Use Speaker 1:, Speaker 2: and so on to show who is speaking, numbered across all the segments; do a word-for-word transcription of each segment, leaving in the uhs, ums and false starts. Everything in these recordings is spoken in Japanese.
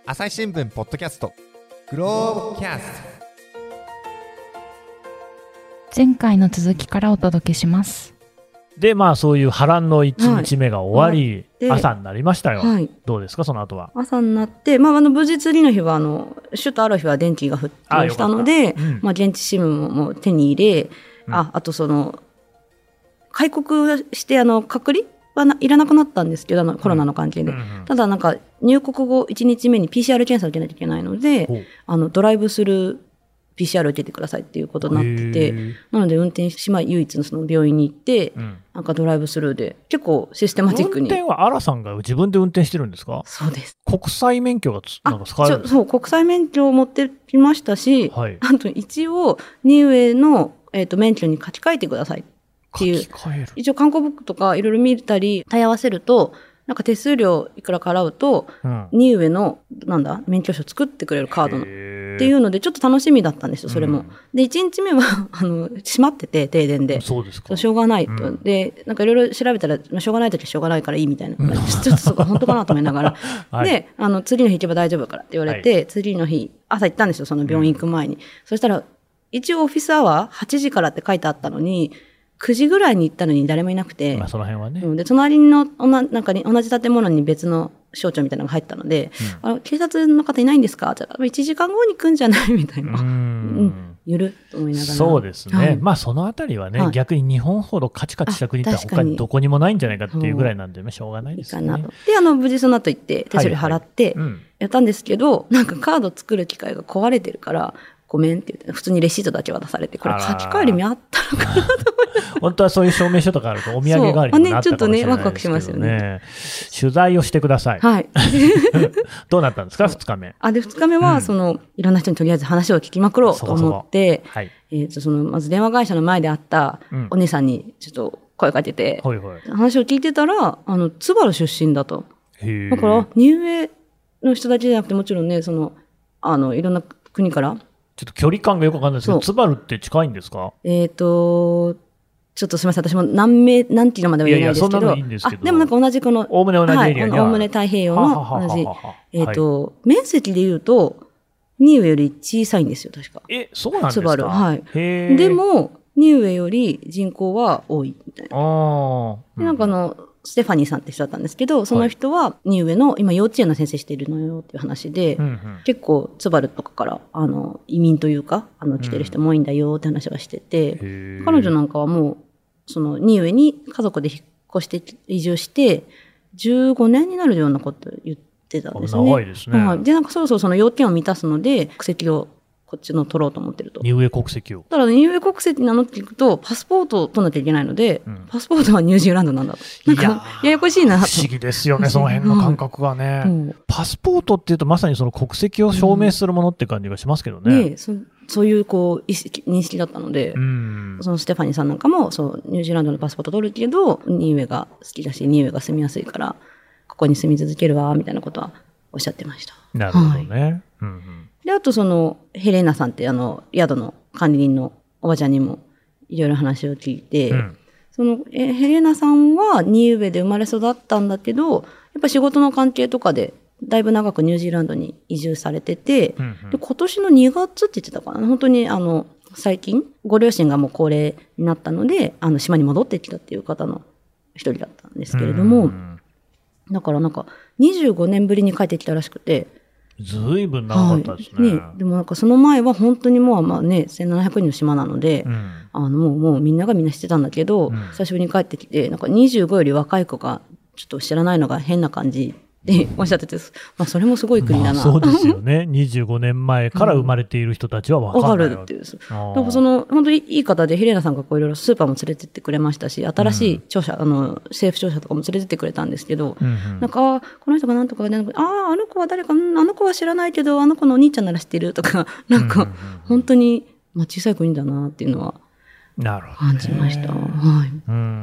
Speaker 1: 朝日新聞ポッドキャストグローブキャスト、
Speaker 2: 前回の続きからお届けします。
Speaker 3: でまあそういう波乱のいちにちめが終わり、
Speaker 4: はい、
Speaker 3: 朝になりましたよ、
Speaker 4: はい、
Speaker 3: どうですかその後は。
Speaker 4: 朝になって、まあ、あの無事次の日はあの首都ある日は電気が復旧したので、あ、うんまあ、現地新聞ももう手に入れ、うん、あ, あとその開国してあの隔離はいらなくなったんですけど、あのコロナの関係で、うんうんうん、ただなんか入国後いちにちめに ピーシーアール 検査を受けなきゃいけないので、あのドライブスルー ピーシーアール 受けてくださいっていうことになってて、なので運転し、まあ、唯一のその病院に行って、うん、なんかドライブスルーで結構システマティックに。
Speaker 3: 運転はアラさんが自分で運転してるんですか？
Speaker 4: そうです。
Speaker 3: 国際免許がなんか使えるんですか？
Speaker 4: そう、国際免許を持ってきましたし、はい、あと一応ニウエの、えーと、免許に書き換えてくださいっていう、一応観光ブックとかいろいろ見たり問い合わせると、なんか手数料いくら払うと、うん、ニウエのなんだ免許証作ってくれるカードのっていうのでちょっと楽しみだったんですよ、それも。うん、でいちにちめはあの閉まってて停電で、
Speaker 3: そうですか、
Speaker 4: しょうがないと、うん、でなんかいろいろ調べたら、まあ、しょうがないときはしょうがないからいいみたいな、うん、ちょっとそこ本当かなと思いながら、はい、であの次の日行けば大丈夫からって言われて、はい、次の日朝行ったんですよ、その病院行く前に。うん、そしたら一応オフィスアワーはちじからって書いてあったのにくじぐらいに行ったのに誰もいなくて、
Speaker 3: まあ、その辺はね。
Speaker 4: で隣のなんかに同じ建物に別の省庁みたいなのが入ったので、うん、あ警察の方いないんですかって言ったらいちじかんごに来るんじゃないみたいな。うん、うん、ゆるっと思いながら。
Speaker 3: そうですね。はい、まあそのあたりはね、
Speaker 4: はい、
Speaker 3: 逆に日本ほどカチカチした国って他にどこにもないんじゃないかっていうぐらいなんで、しょうがないですよね。いいかなと。
Speaker 4: で、あの無事その後行って手数料払ってやったんですけど、はいはい、うん、なんかカード作る機械が壊れてるから。ごめんって言って普通にレシートだけ渡されて、これ書き換える意味あったのかなと思い
Speaker 3: 本当はそういう証明書とかあるとお土産代わりになったかもしれないですけどね。ちょっとねワクワクしますよね。取材をしてください。
Speaker 4: はい。
Speaker 3: どうなったんですかふつかめ。
Speaker 4: あでふつかめは、うん、そのいろんな人にとりあえず話を聞きまくろうと思って、そこそこ、はい、えー、とそのまず電話会社の前で会ったお姉さんにちょっと声かけて、うん、はいはい、話を聞いてたらあの津原出身だと。へだからニウエの人だけじゃなくてもちろんねそのあのいろんな国から
Speaker 3: ちょっと距離感がよくわかんないですけど、津軽って近いんですか？
Speaker 4: えっ、ー、と、ちょっとすみません、私も何名、何キロまでは言えないですけど、
Speaker 3: いやいやそんなのいいんですけど、
Speaker 4: あでもなんか同じこの、
Speaker 3: おおむね同じエリアには、
Speaker 4: はい、おおむね太平洋の同じ、ははははえっ、ー、と、はい、面積で言うと、ニウエより小さいんですよ、確か。
Speaker 3: え、そうなんですか？
Speaker 4: 津軽、はい。
Speaker 3: へ
Speaker 4: でも、ニウエより人口は多いみたいな。あでなんかあの、ステファニーさんって人だったんですけど、その人はニウエの今幼稚園の先生しているのよっていう話で、うんうん、結構津軽とかからあの移民というかあの来てる人も多いんだよって話はしてて、うん、彼女なんかはもうそのニウエに家族で引っ越して移住してじゅうごねんになるようなことを言ってたんですね。
Speaker 3: 長いですね。
Speaker 4: はい、でなんかそろそろその要件を満たすので国籍をこっちの取ろうと思ってると。
Speaker 3: ニウエ国籍を。
Speaker 4: ただニウエ国籍なのって聞くとパスポートを取らなきゃいけないので、うん、パスポートはニュージーランドなんだと。なんかやややこしいなと。
Speaker 3: 不思議ですよねその辺の感覚がね、うん。パスポートっていうとまさにその国籍を証明するものって感じがしますけどね。
Speaker 4: うん、ねそそういうこう意識認識だったので、うん、そのステファニーさんなんかもそうニュージーランドのパスポート取るけどニウエが好きだしニウエが住みやすいからここに住み続けるわみたいなことはおっしゃってました。
Speaker 3: なるほどね。はい、うんうん
Speaker 4: であとそのヘレーナさんってあの宿の管理人のおばちゃんにもいろいろ話を聞いて、うん、そのえヘレーナさんはニウエで生まれ育ったんだけどやっぱ仕事の関係とかでだいぶ長くニュージーランドに移住されてて、うんうん、で今年のにがつって言ってたかな本当にあの最近ご両親がもう高齢になったのであの島に戻ってきたっていう方の一人だったんですけれども、うん、だからなんかにじゅうごねんぶりに帰ってきたらしくて
Speaker 3: ずいぶん長かったですね。
Speaker 4: はい、ねでもなんかその前は本当にもうまあねせんななひゃくにんの島なので、うん、あのもうもうみんながみんな知ってたんだけど、うん、久しぶりに帰ってきてなんかにじゅうごより若い子がちょっと知らないのが変な感じっておっしゃってて、まあ、それもすごい国だな、
Speaker 3: まあ、そうですよねにじゅうごねんまえから生まれている人たちは分かんないわけ、
Speaker 4: うん、分かるっていう。なんかその本当にいい方でヘレーナさんがこういろいろスーパーも連れてってくれましたし新しい庁舎、うん、あの政府庁舎とかも連れてってくれたんですけど、うんうん、なんかこの人がなんとかであああの子は誰か、うん、あの子は知らないけどあの子のお兄ちゃんなら知ってるとかなんか本当に、まあ、小さい国だなっていうのは感じました。はい、うん、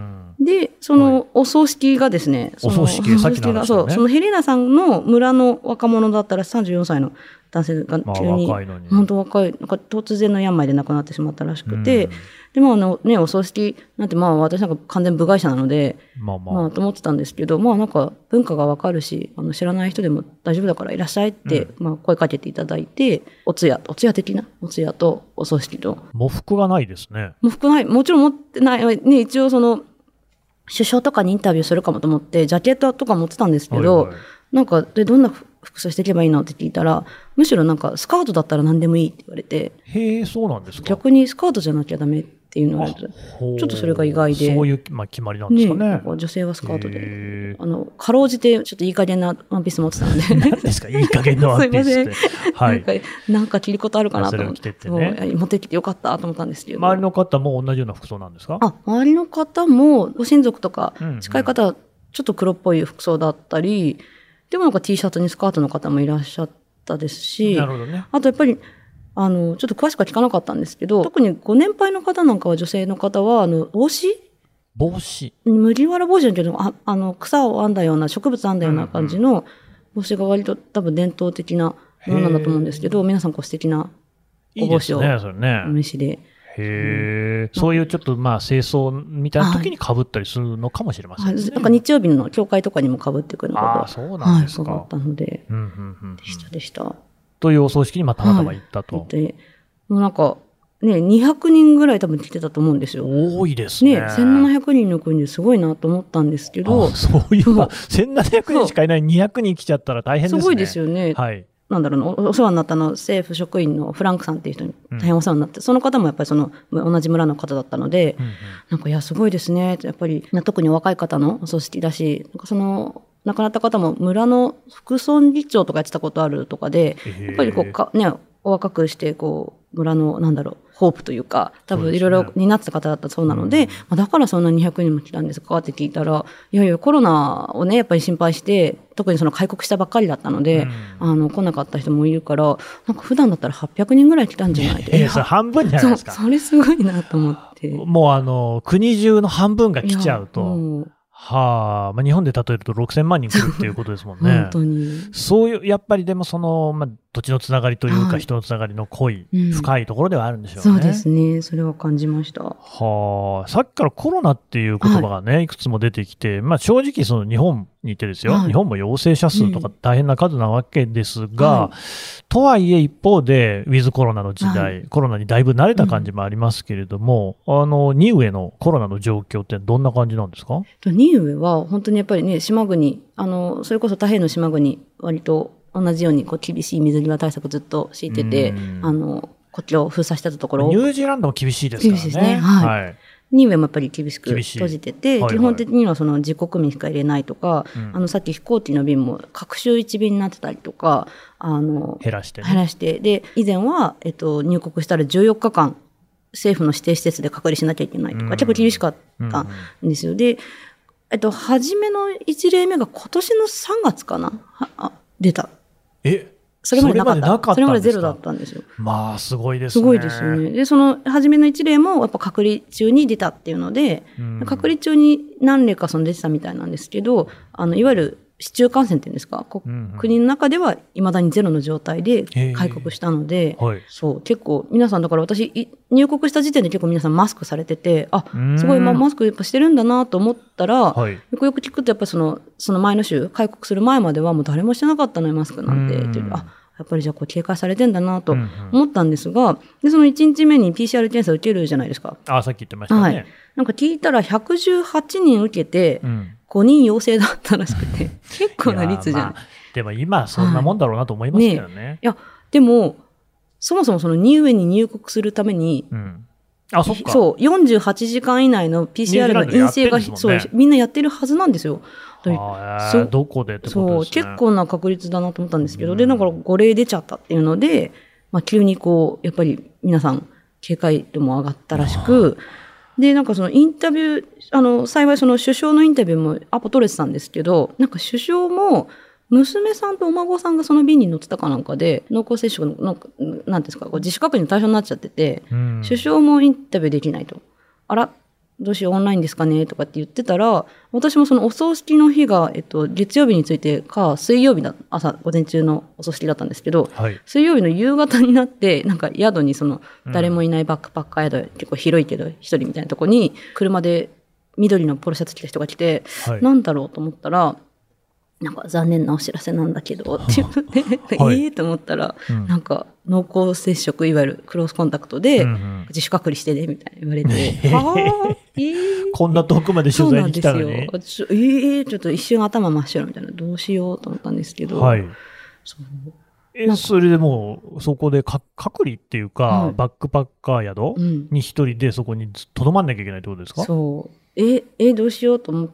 Speaker 4: で、そのお葬式がですね、
Speaker 3: お葬式、さっきの話だね。
Speaker 4: そう、そのヘレーナさんの村の若者だったらさんじゅうよんさいの男性が急に、
Speaker 3: まあ、若いのに
Speaker 4: 本当若い、なんか突然の病で亡くなってしまったらしくて、でもあのね、お葬式なんてまあ私なんか完全部外者なので、まあまあ、まあと思ってたんですけど、まあなんか文化がわかるし、あの知らない人でも大丈夫だからいらっしゃいって、うん、まあ声かけていただいて、お通夜、お通夜的なお通夜とお葬式と。
Speaker 3: 喪服がないですね。
Speaker 4: 喪服ない、もちろん持ってない、ね、一応その、首相とかにインタビューするかもと思って、ジャケットとか持ってたんですけど、はいはい、なんか、で、どんな服装していけばいいのって聞いたら、むしろなんか、スカートだったら何でもいいって言われて。
Speaker 3: へえ、そうなんですか。
Speaker 4: 逆にスカートじゃなきゃダメっていうのが、ちょっとそれが意外で。
Speaker 3: そういう、まあ、決まりなんですかね。
Speaker 4: ね、女性はスカートで。あの、かろうじて、ちょっといい加減なワンピース持ってたんで。
Speaker 3: 何ですか、いい加減なワンピースって。
Speaker 4: はい。なんか、なんか着ることあるかなと思って。
Speaker 3: それを着てってね。
Speaker 4: 持ってきてよかったと思ったんですけど。
Speaker 3: 周りの方も同じような服装なんですか？
Speaker 4: あ、周りの方も、ご親族とか、近い方は、ちょっと黒っぽい服装だったり、うんうん、でもなんか T シャツにスカートの方もいらっしゃったですし、
Speaker 3: なるほどね。
Speaker 4: あとやっぱり、あの、ちょっと詳しくは聞かなかったんですけど、特にご年配の方なんかは女性の方は、あの、帽子
Speaker 3: 帽子
Speaker 4: 麦わら帽子だけど、ああの、草を編んだような、植物編んだような感じの帽子が割と多分伝統的なものなんだと思うんですけど、皆さんこう素敵なお帽子をお召しで。
Speaker 3: へえ、そういうちょっとまあ清掃みたいな時に被ったりするのかもしれませんね。
Speaker 4: はい、なんか日曜日の教会とかにも被ってくるのが、
Speaker 3: あ、そうなんですか。
Speaker 4: はい、そうだったので、うんうんうんうん、でしたでした。
Speaker 3: というお葬式にまあたまたま行ったと。
Speaker 4: はい、でもうなんかね、にひゃくにんぐらい多分来てたと思うんですよ。
Speaker 3: 多いですね。
Speaker 4: ね、せんななひゃくにんの国ですごいなと思ったんですけど。
Speaker 3: あ、そういえば、せんななひゃくにんしかいないにひゃくにん来ちゃったら大変ですね。
Speaker 4: すごいですよね。
Speaker 3: はい。
Speaker 4: なんだろうな、お世話になったの政府職員のフランクさんっていう人に大変お世話になって、うん、その方もやっぱりその同じ村の方だったので、うんうん、なんかいやすごいですね。やっぱり特に若い方のお葬式だし、なんかその亡くなった方も村の副村議長とかやってたことあるとかで、やっぱりこうかね、お若くしてこう村のなんだろうホープというか多分いろいろ担ってた方だったそうなので、うん、まあ、だからそんなにひゃくにんも来たんですかって聞いたら、いやいやコロナをねやっぱり心配して特にその開国したばっかりだったので、うん、あの来なかった人もいるからなんか普段だったらはっぴゃくにんぐらい来たんじゃないで、
Speaker 3: いやそれ半分じゃないですか。
Speaker 4: そ, それすごいなと思って
Speaker 3: もうあの国中の半分が来ちゃうと。はあ、まあ、日本で例えるとろくせんまんにん来るっていうことですもんね。
Speaker 4: 本当に。
Speaker 3: そういう、やっぱりでもその、まあ、土地のつながりというか、はい、人のつながりの濃い、うん、深いところではあるんでしょうね。
Speaker 4: そうですね。それは感じました。
Speaker 3: はあ、さっきからコロナっていう言葉がね、はい、いくつも出てきて、まあ正直その日本にいてですよ、はい、日本も陽性者数とか大変な数なわけですが、はい、とはいえ一方で、ウィズコロナの時代、はい、コロナにだいぶ慣れた感じもありますけれども、うん、あの、ニウエのコロナの状況ってどんな感じなんですか？
Speaker 4: ニウエは本当にやっぱりね、島国、あの、それこそ太平洋の島国、割と同じようにこう厳しい水際対策ずっと敷いてて、あの、国境を封鎖してたところ。
Speaker 3: ニュージーランドも厳しいですからね。
Speaker 4: 厳しいですね。はい。はい、ニウエもやっぱり厳しく閉じてて、はいはい、基本的にはその自国民しか入れないとか、うん、あの、さっき飛行機の便も各週一便になってたりとか、あの、
Speaker 3: 減らして、ね、
Speaker 4: 減らして。で、以前は、えっと、入国したらじゅうよっかかん、政府の指定施設で隔離しなきゃいけないとか、うん、結構厳しかったんですよ。うん、で、えっと、初めの一例目が今年のさんがつかなあ、出た。
Speaker 3: え
Speaker 4: それまでなかった。それまでなかったんですか？それまでゼロだったんですよ。
Speaker 3: まあ、すごいですね。
Speaker 4: すごいですよね。で、その、初めの一例も、やっぱ隔離中に出たっていうので、うん、隔離中に何例かその出てたみたいなんですけど、あの、いわゆる市中感染っていうんですか、うんうん、国の中では未だにゼロの状態で開国したので、はい、そう、結構、皆さんだから私、入国した時点で結構皆さんマスクされてて、あ、すごい、まあ、マスクやっぱしてるんだなと思ったら、はい、よくよく聞くとやっぱりその、その前の週、開国する前まではもう誰もしてなかったのにマスクなんて、っていう、あ、やっぱりじゃあこう警戒されてんだなと思ったんですが、うんうん、で、そのいちにちめに ピーシーアール 検査を受けるじゃないですか。
Speaker 3: あ、さっき言ってましたね。はい。
Speaker 4: なんか聞いたらひゃくじゅうはちにん受けて、ごにん陽性だったらしくて、うん、結構な率じゃん。まあ、
Speaker 3: でも今そんなもんだろうなと思いますけどね。はい、ね、
Speaker 4: いや、でも、そもそもそのニウエに入国するために、
Speaker 3: うん、あ、そっか。
Speaker 4: そう、よんじゅうはちじかん以内の ピーシーアール の陰性が、ね、そう、みんなやってるはずなんですよ。
Speaker 3: あー、どこでってことですね。そう、
Speaker 4: 結構な確率だなと思ったんですけど、うん、で、だからご例出ちゃったっていうので、まあ、急にこう、やっぱり皆さん警戒度も上がったらしく、で、なんかそのインタビュー、あの、幸いその首相のインタビューもアポ取れてたんですけど、なんか首相も、娘さんとお孫さんがその便に乗ってたかなんかで、濃厚接触の、なんですか、こう自主隔離の対象になっちゃってて、うん、首相もインタビューできないと。あら、 どうしようオンラインですかねとかって言ってたら、私もそのお葬式の日が、えっと、月曜日についてか、水曜日だ、朝、午前中のお葬式だったんですけど、はい、水曜日の夕方になって、なんか宿にその、誰もいないバックパッカー宿、うん、結構広いけど、一人みたいなとこに、車で緑のポロシャツ着た人が来て、はい、なんだろうと思ったら、なんか残念なお知らせなんだけどって言って、はい、ええと思ったら、うん、なんか濃厚接触、いわゆるクロスコンタクトで、うんうん、自主隔離してねみたいな言われて、ああ、えー、
Speaker 3: こんな遠くまで取材に来たのに。そうなん
Speaker 4: ですよ。ええー、ちょっと一瞬頭真っ白みたいな、どうしようと思ったんですけど、はい、
Speaker 3: そうえそれでもうそこでか隔離っていうか、はい、バックパッカー宿に一人でそこにとどまんなきゃいけないってことですか？
Speaker 4: そう。え、え、どうしようと思って、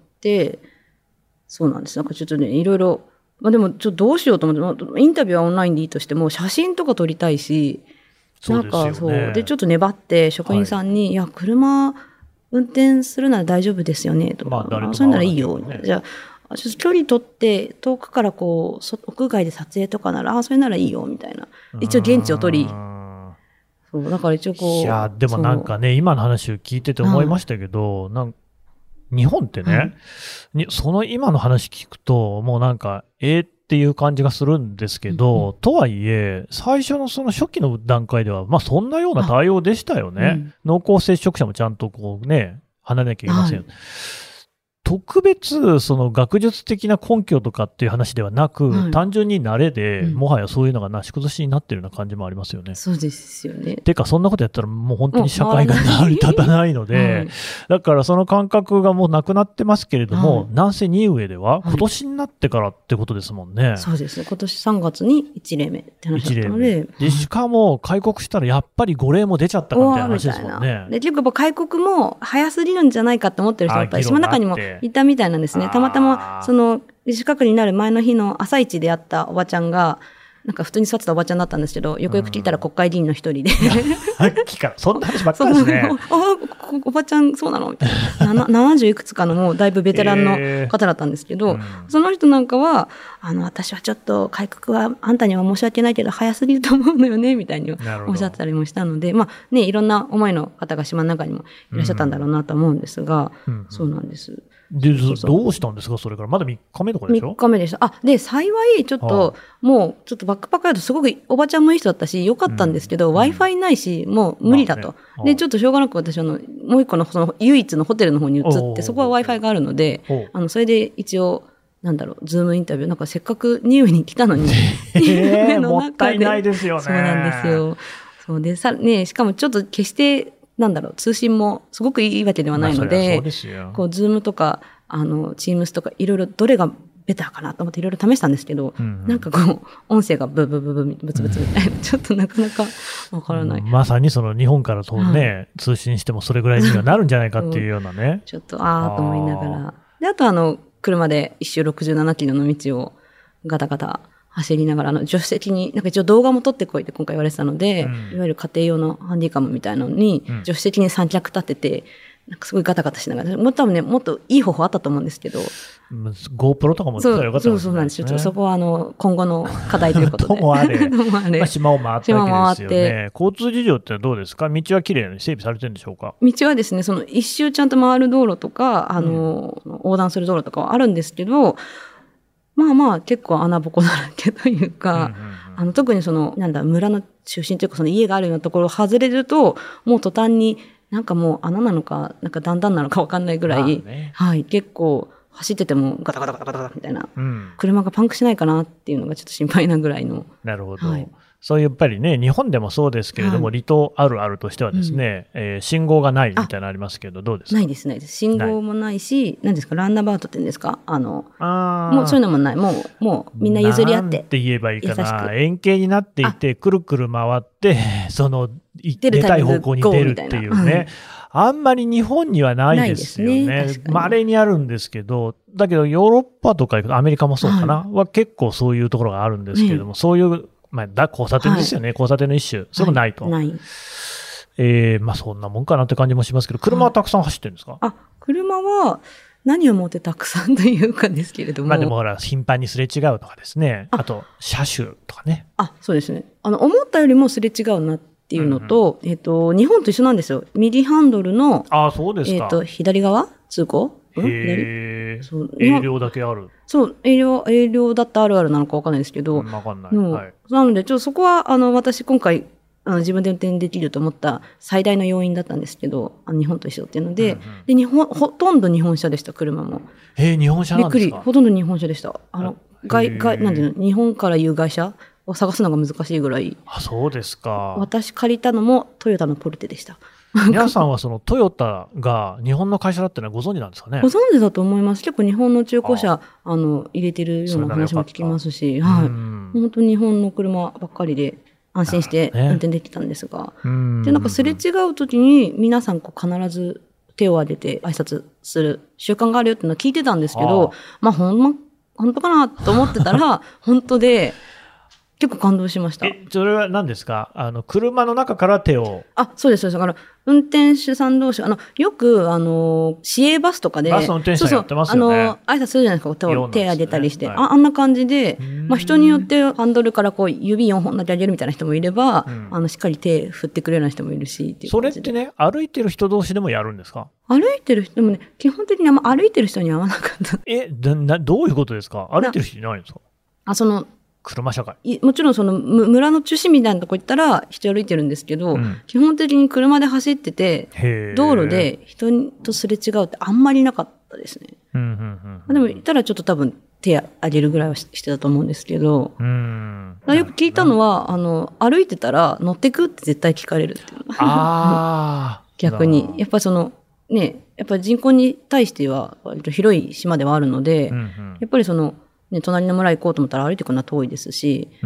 Speaker 4: そうなんです。なんかちょっとね、いろいろ、まあでもちょっとどうしようと思って、インタビューはオンラインでいいとしても、写真とか撮りたいし、なんかそう、で、ちょっと粘って、職員さんに、はい、いや、車運転するなら大丈夫ですよね、とか、まあ、そういうならいいよ、ね、じゃあ、ちょっと距離取って、遠くからこう、屋外で撮影とかなら、あ、それならいいよ、みたいな。一応現地を取り、そうだから一応こう。
Speaker 3: いや、でもなんかね、今の話を聞いてて思いましたけど、なん日本ってね、はい、にその今の話聞くと、もうなんか、えー、っていう感じがするんですけど、うん、とはいえ、最初のその初期の段階では、まあそんなような対応でしたよね。うん、濃厚接触者もちゃんとこうね、離れなきゃいけません。はい、特別、その学術的な根拠とかっていう話ではなく、はい、単純に慣れで、うん、もはやそういうのがなし崩しになってるような感じもありますよね。
Speaker 4: そうですよね。
Speaker 3: てか、そんなことやったらもう本当に社会が成り立たないので、はい、だからその感覚がもうなくなってますけれども、はい、なんせニーウェイでは今年になってからってことですもんね。はい、
Speaker 4: そうですね。今年さんがつにいち例目って話だったので。
Speaker 3: で、しかも開国したらやっぱりご例も出ちゃったかみたいな話ですもんね。
Speaker 4: で、結構開国も早すぎるんじゃないかって思ってる人がやっぱり島の中にもいたみたいなんですね。たまたま、その、自主隔離になる前の日の朝一で会ったおばちゃんが、なんか普通に座ってたおばちゃんだったんですけど、よくよく聞いたら国会議員の一人で。
Speaker 3: さっきから、そんな話ばっかりですね。
Speaker 4: あ、おばちゃん、そうなのみたいな。ななじゅういくつかのもうだいぶベテランの方だったんですけど、えーうん、その人なんかは、あの、私はちょっと改革はあんたには申し訳ないけど、早すぎると思うのよね、みたいにおっしゃったりもしたので、まあね、いろんな思いの方が島の中にもいらっしゃったんだろうなと思うんですが、うんうん、そうなんです。
Speaker 3: で、そうそうどうしたんですかそれから。まだみっかめとかでしょ ?みっ
Speaker 4: 日目でした。あ、で、幸い、ちょっと、はあ、もう、ちょっとバックパッカーだとすごくおばちゃんもいい人だったし、よかったんですけど、うん、Wi-Fi ないし、もう無理だと。まあね、で、ちょっとしょうがなく私、あの、もう一個の、その、唯一のホテルの方に移って、そこは Wi-Fi があるので、あの、それで一応、なんだろう、ズームインタビュー、なんかせっかくニューに来たのに。
Speaker 3: えー、もったいないですよね。
Speaker 4: そうなんですよ。そうで、さ、ね、しかもちょっと決して、なんだろう、通信もすごくいいわけではないので、まあ、そうですよ。こう、ズームとか、あの、チームスとかいろいろどれがベターかなと思っていろいろ試したんですけど、うんうん、なんかこう、音声がブブブブブツブツみたいな、ちょっとなかなかわからない、
Speaker 3: うん。まさにその日本からとね、はい、通信してもそれぐらいにはなるんじゃないかっていうようなね。
Speaker 4: ちょっとあーと思いながら。で、あとあの、車で一周ろくじゅうななキロの道をガタガタ走りながら、あの、助手席に、なんか一応動画も撮ってこいって今回言われてたので、うん、いわゆる家庭用のハンディカムみたいなのに、うん、助手席に三脚立てて、なんかすごいガタガタしながら、もう多分ね、もっといい方法あったと思うんですけど。
Speaker 3: GoPro とかも使ったらよかったですね。
Speaker 4: そうそうなんです。ちょっとそこはあの、今後の課題ということで。
Speaker 3: ともあれ。ともあれ。まあ、島を回ったわけですよね。交通事情ってどうですか？道は綺麗に整備されてるんでしょうか？
Speaker 4: 道はですね、その一周ちゃんと回る道路とか、あの、うん、横断する道路とかはあるんですけど、まあまあ結構穴ぼこだらけというか、うんうんうん、あの特にその、なんだ、村の中心というかその家があるようなところを外れると、もう途端に、なんかもう穴なのか、なんか段々なのかわかんないぐらい、ね、はい、結構走っててもガタガタガタガタガタみたいな、うん、車がパンクしないかなっていうのがちょっと心配なぐらいの。
Speaker 3: なるほど。はい、そういうやっぱりね、日本でもそうですけれども、はい、離島あるあるとしてはですね、うんえー、信号がないみたいなのありますけど、どうですか？
Speaker 4: ないです、ないです。信号もないし、何ですか、ランナバウトって言うんですか？あの、あもうそういうのもない。もう、もうみんな譲り合って。
Speaker 3: なんて言えばいいかな。円形になっていて、くるくる回って、その、出たい方向に出るっていうね。あんまり日本にはないですよね。稀にあるんですけど、だけどヨーロッパとかアメリカもそうかな、はい、は結構そういうところがあるんですけれども、ね、そういう、まあ、だ交差点ですよね、はい、交差点の一種。それもないと。はい、ない。えー、まあそんなもんかなって感じもしますけど、車はたくさん走ってるんですか？はい、
Speaker 4: あ、車は、何をもってたくさんというかですけれども。
Speaker 3: まあでもほら、頻繁にすれ違うとかですね。あ, あと、車種とかね。
Speaker 4: あ、そうですね。あの、思ったよりもすれ違うなってっていうのと、うんうん、えっと、日本と一緒なんですよ。右ハンドルの、
Speaker 3: あ、そうですか。
Speaker 4: えっと、左側通行、
Speaker 3: うん、へー。そう。営業だけある。
Speaker 4: そう、営業、営業だったあるあるなのかわかんないですけど。
Speaker 3: わ、うん、かんない。はい。
Speaker 4: なので、ちょっとそこは、あの、私今回、あの自分で運転できると思った最大の要因だったんですけど、あの日本と一緒っていうので、うんうん、で、日本、ほとんど日本車でした、車も。
Speaker 3: へー、日本車なんですか？
Speaker 4: びっくり。ほとんど日本車でした。あの、外、外、なんていうの、日本からいう会社を探すのが難しいぐらい。
Speaker 3: あ、そうですか。
Speaker 4: 私借りたのもトヨタのポルテでした。
Speaker 3: 皆さんはそのトヨタが日本の会社だってのはご存知なんですかね？
Speaker 4: ご存知だと思います。結構日本の中古車、あ, あの、入れてるような話も聞きますし、はい。本当に日本の車ばっかりで安心して運転できたんですが。ね、で、なんかすれ違う時に皆さんこう必ず手を挙げて挨拶する習慣があるよっていうのは聞いてたんですけど、あまあほんま、本当かなと思ってたら、本当で、結構感動しました。
Speaker 3: え、それは何ですか？あの、車の中から手を。
Speaker 4: あ、そうです、そうです。だから、運転手さん同士、あの、よく、あの、市営バスとかで、
Speaker 3: バスの運転手さんやってますよね。
Speaker 4: そうそう、あの、挨拶するじゃないですか、手を、手上げたりして、はい、あ。あんな感じで、まあ、人によってハンドルからこう、指よんほんだけ上げるみたいな人もいれば、うん、あの、しっかり手振ってくれるような人もいるし、っていう
Speaker 3: それってね、歩いてる人同士でもやるんですか？
Speaker 4: 歩いてる人でもね、基本的にあんま歩いてる人には合わなかった。
Speaker 3: え、な、どういうことですか？歩いてる人いないんですか？
Speaker 4: あ、その、
Speaker 3: 車社会。
Speaker 4: もちろんその村の中心みたいなとこ行ったら人歩いてるんですけど、うん、基本的に車で走ってて、道路で人とすれ違うってあんまりなかったですね。うんうんうんうん、でもいたらちょっと多分手挙げるぐらいはしてたと思うんですけど、うん、よく聞いたのは、あの、歩いてたら乗ってくって絶対聞かれるっていうの。あ逆に。やっぱりその、ね、やっぱり人口に対しては割と広い島ではあるので、うんうん、やっぱりその、ね、隣の村行こうと思ったら歩いてくるのは遠いですし、うん、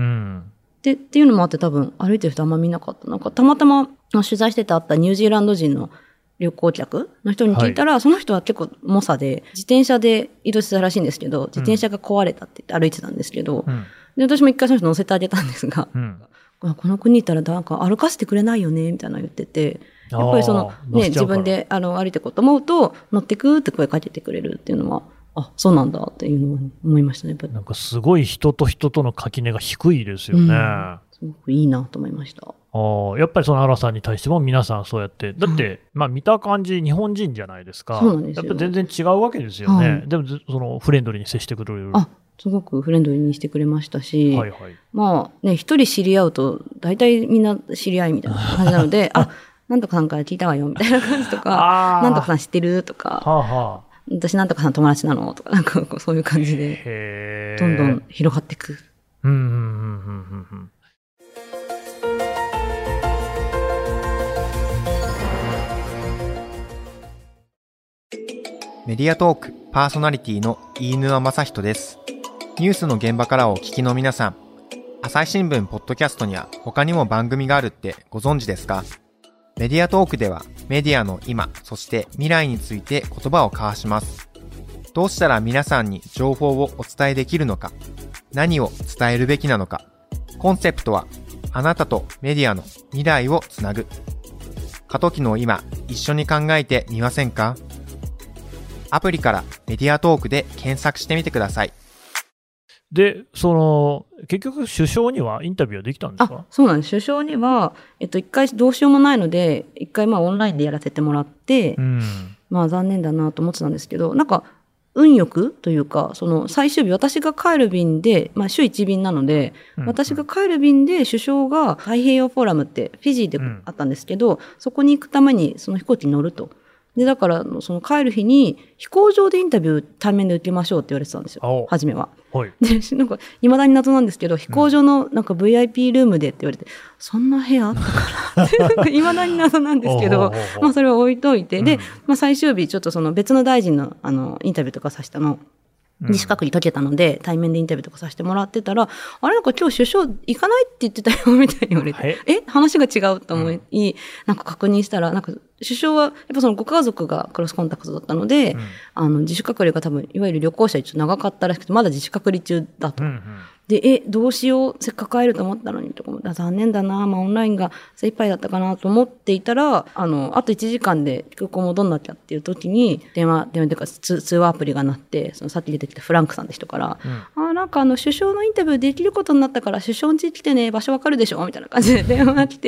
Speaker 4: でっていうのもあって多分歩いてる人あんま見なかった。なんかたまたま取材しててあったニュージーランド人の旅行客の人に聞いたら、はい、その人は結構猛者で自転車で移動してたらしいんですけど、自転車が壊れたって言って歩いてたんですけど、うん、で私も一回その人乗せてあげたんですが、うん、この国にいたらなんか歩かせてくれないよねみたいなの言ってて、やっぱりそのね自分であの歩いていこうと思うと乗ってくって声かけてくれるっていうのは。あ、そうなんだっていうのを思いましたね。やっぱり
Speaker 3: なんかすごい人と人との垣根が低いですよね。うん、
Speaker 4: すごくいいなと思いました。
Speaker 3: あ、やっぱりそのアラさんに対しても皆さんそうやって、だって、うん、まあ見た感じ日本人じゃないですか。
Speaker 4: そうなんですよ。
Speaker 3: やっぱ全然違うわけですよね。はい、でもそのフレンドリーに接してくれる。
Speaker 4: あ、すごくフレンドリーにしてくれましたし、はいはい、まあね、一人知り合うと大体みんな知り合いみたいな感じなので、あ、なんとかさんから聞いたわよみたいな感じとか、なんとかさん知ってるとか。はあはあ、私なんとかさん友達なのとか、なんかそういう感じで、どんどん広がっていく。うんうんうんうんうん。
Speaker 1: メディアトークパーソナリティの飯沼正人です。ニュースの現場からお聞きの皆さん、朝日新聞ポッドキャストには他にも番組があるってご存知ですか？メディアトークではメディアの今、そして未来について言葉を交わします。どうしたら皆さんに情報をお伝えできるのか、何を伝えるべきなのか。コンセプトはあなたとメディアの未来をつなぐ。過渡期の今、一緒に考えてみませんか？アプリからメディアトークで検索してみてください。
Speaker 3: で、その、結局首相にはインタビューはできたんですか？
Speaker 4: あ、そうなんです。首相には、えっと、一回どうしようもないので、一回まあオンラインでやらせてもらって、うん、まあ残念だなと思ってたんですけど、なんか、運よくというか、その最終日、私が帰る便で、まあ週一便なので、うんうん、私が帰る便で首相が太平洋フォーラムってフィジーであったんですけど、うん、そこに行くためにその飛行機に乗ると。で、だから、その帰る日に飛行場でインタビュー対面で受けましょうって言われてたんですよ。初めは。はい、で、なんか、未だに謎なんですけど、飛行場のなんか ブイアイピー ルームでって言われて、うん、そんな部屋あったから、未だに謎なんですけど、まあそれは置いといて、うん、で、まあ最終日ちょっとその別の大臣のあの、インタビューとかさせたの、自主隔離解けたので、対面でインタビューとかさせてもらってたら、あれなんか今日首相行かないって言ってたよ、みたいに言われて、え話が違うと思い、うん、なんか確認したら、なんか首相は、やっぱそのご家族がクロスコンタクトだったので、うん、あの、自主隔離が多分、いわゆる旅行者一応長かったらしくて、まだ自主隔離中だと。うんうん、で、え、どうしよう、せっかく会えると思ったのに、とかも、残念だな、まあオンラインが精一杯だったかなと思っていたら、あの、あといちじかんで空港戻んなきゃっていう時に、電話、電話というか通、通話アプリが鳴って、そのさっき出てきたフランクさんって人から、うん、あ、なんかあの、首相のインタビューできることになったから、首相ん家来てね、場所わかるでしょみたいな感じで電話が来て、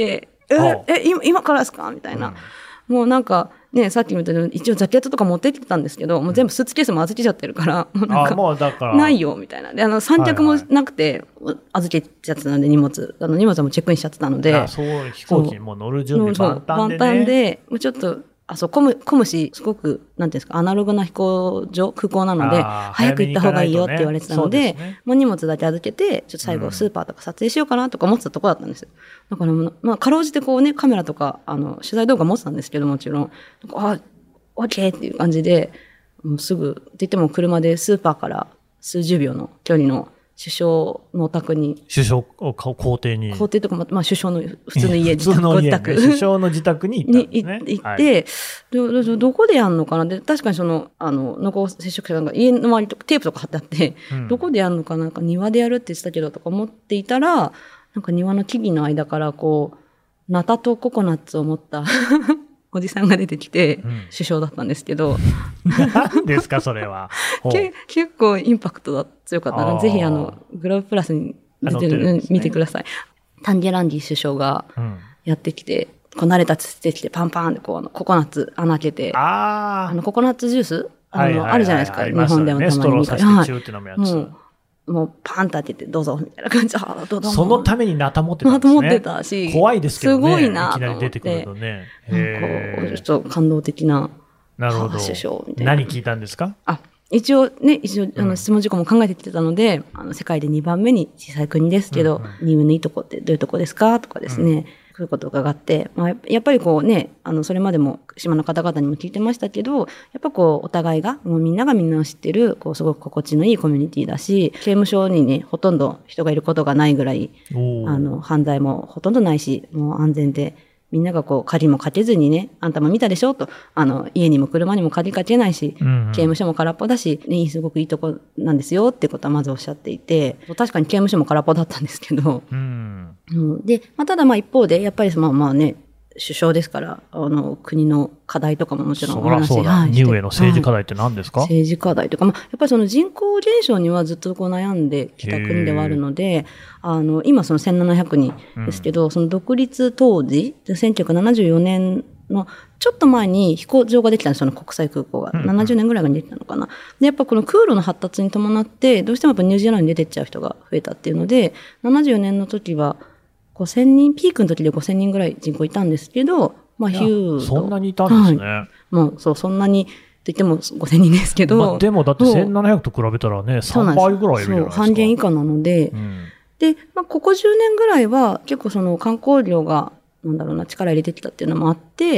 Speaker 4: え、え、今、今からですかみたいな。うん、もうなんか、ね、さっきも言ったように、一応ジャケットとか持ってきてたんですけど、もう全部スーツケースも預けちゃってるから、もうなんか、もうだからないよ、みたいな。で、あの、三脚もなくて、はいはい、預けちゃってたので、荷物。あの、荷物はもうチェックインしちゃってたので。
Speaker 3: あ、そう、飛行機にもう乗る準備万端で、ね。
Speaker 4: 万端で、もうちょっと、あ、そう、混む、混むし、すごく、なんていうんですか、アナログな飛行場、空港なので、早く行った方がいいよって言われてたので、でね、もう荷物だけ預けて、ちょっと最後スーパーとか撮影しようかなとか思ってたところだったんですよ。だから、まあ、かろうじてこうね、カメラとか、あの、取材動画持ってたんですけど、もちろん。あ、オッケーっていう感じで、もうすぐ、って言っても車でスーパーから数十秒の距離の首相のお宅に。
Speaker 3: 首相公邸に。
Speaker 4: 公邸とか、まあ、首相の普通の家、
Speaker 3: 自宅、ご自宅。首相の自宅に行ったんですね。
Speaker 4: に行って、はい、ど、どこでやんのかなで、確かにその、あの、濃厚接触者が家の周りとかテープとか貼ってあって、うん、どこでやんのかななんか庭でやるって言ってたけどとか思っていたら、なんか庭の木々の間からこう、ナタとココナッツを持ったおじさんが出てきて、うん、首相だったんですけど。
Speaker 3: 何ですか、それは。
Speaker 4: け結構インパクトが強かったな。ぜひ、あの、グローブプラスに出てる、ね、見てください。タンゲランディ首相がやってきて、うん、こう慣れたつってきて、パンパンってこう、あのココナッツ穴開けて、あの、ココナッツジュースあの、はいはいはい、あるじゃないですか。日本でもたまに見た
Speaker 3: ね、ストローさせてチューって飲むやつ。
Speaker 4: もうもうパンと当ててどうぞみたいな感じ。あどうぞ
Speaker 3: そのためにナタ持ってたんですね。
Speaker 4: ナタ持ってたし。
Speaker 3: 怖いですけどね。
Speaker 4: すごいなと思って。
Speaker 3: いきなり出てくるとね。
Speaker 4: なんか、ちょっと感動的な。
Speaker 3: なるほど。
Speaker 4: 首相みたいな。
Speaker 3: 何聞いたんですか？
Speaker 4: あ、一応ね、一応、あの、質問事項も考えてきてたので、うん、あの、世界でにばんめに小さい国ですけど、うんうん、ニウエのいいとこってどういうとこですかとかですね。うん、そういうことを伺って、まあ、やっぱりこうね、あの、それまでも島の方々にも聞いてましたけど、やっぱこう、お互いが、もうみんながみんなを知ってる、こう、すごく心地のいいコミュニティだし、刑務所にね、ほとんど人がいることがないぐらい、あの、犯罪もほとんどないし、もう安全で、みんながこう、鍵もかけずにね、あんたも見たでしょと、あの、家にも車にも鍵かけないし、うんうん、刑務所も空っぽだし、ね、すごくいいとこなんですよってことはまずおっしゃっていて、確かに刑務所も空っぽだったんですけど、うんうん、で、まあ、ただまあ一方で、やっぱりまあまあね、首相ですから、あの、国の課題とかももちろんお話しして。
Speaker 3: ニウエの政治課題って何ですか？
Speaker 4: はい、政治課題とか、まあ、やっぱりその人口減少にはずっとこう悩んできた国ではあるので、あの、今そのせんななひゃくにんですけど、うん、その独立当時、せんきゅうひゃくななじゅうよねんのちょっと前に飛行場ができたんです、その国際空港が。うんうん、ななじゅうねんぐらいができたのかな。で、やっぱこの空路の発達に伴って、どうしてもやっぱニュージーランドに出てっちゃう人が増えたっていうので、ななじゅうよねんの時はごせんにん、ピークの時でごせんにんぐらい人口いたんですけど、まあ、ヒュー
Speaker 3: そんなにいたんですね。
Speaker 4: はい、もう、そう、そんなに、と言ってもごせんにんですけど。
Speaker 3: まあ、でも、だってせんななひゃくと比べたらね、さんばいぐらいいるじゃないですか。そう、
Speaker 4: 半減以下なので。うん、で、まあ、ここじゅうねんぐらいは、結構その観光業が、なんだろうな、力入れてきたっていうのもあって、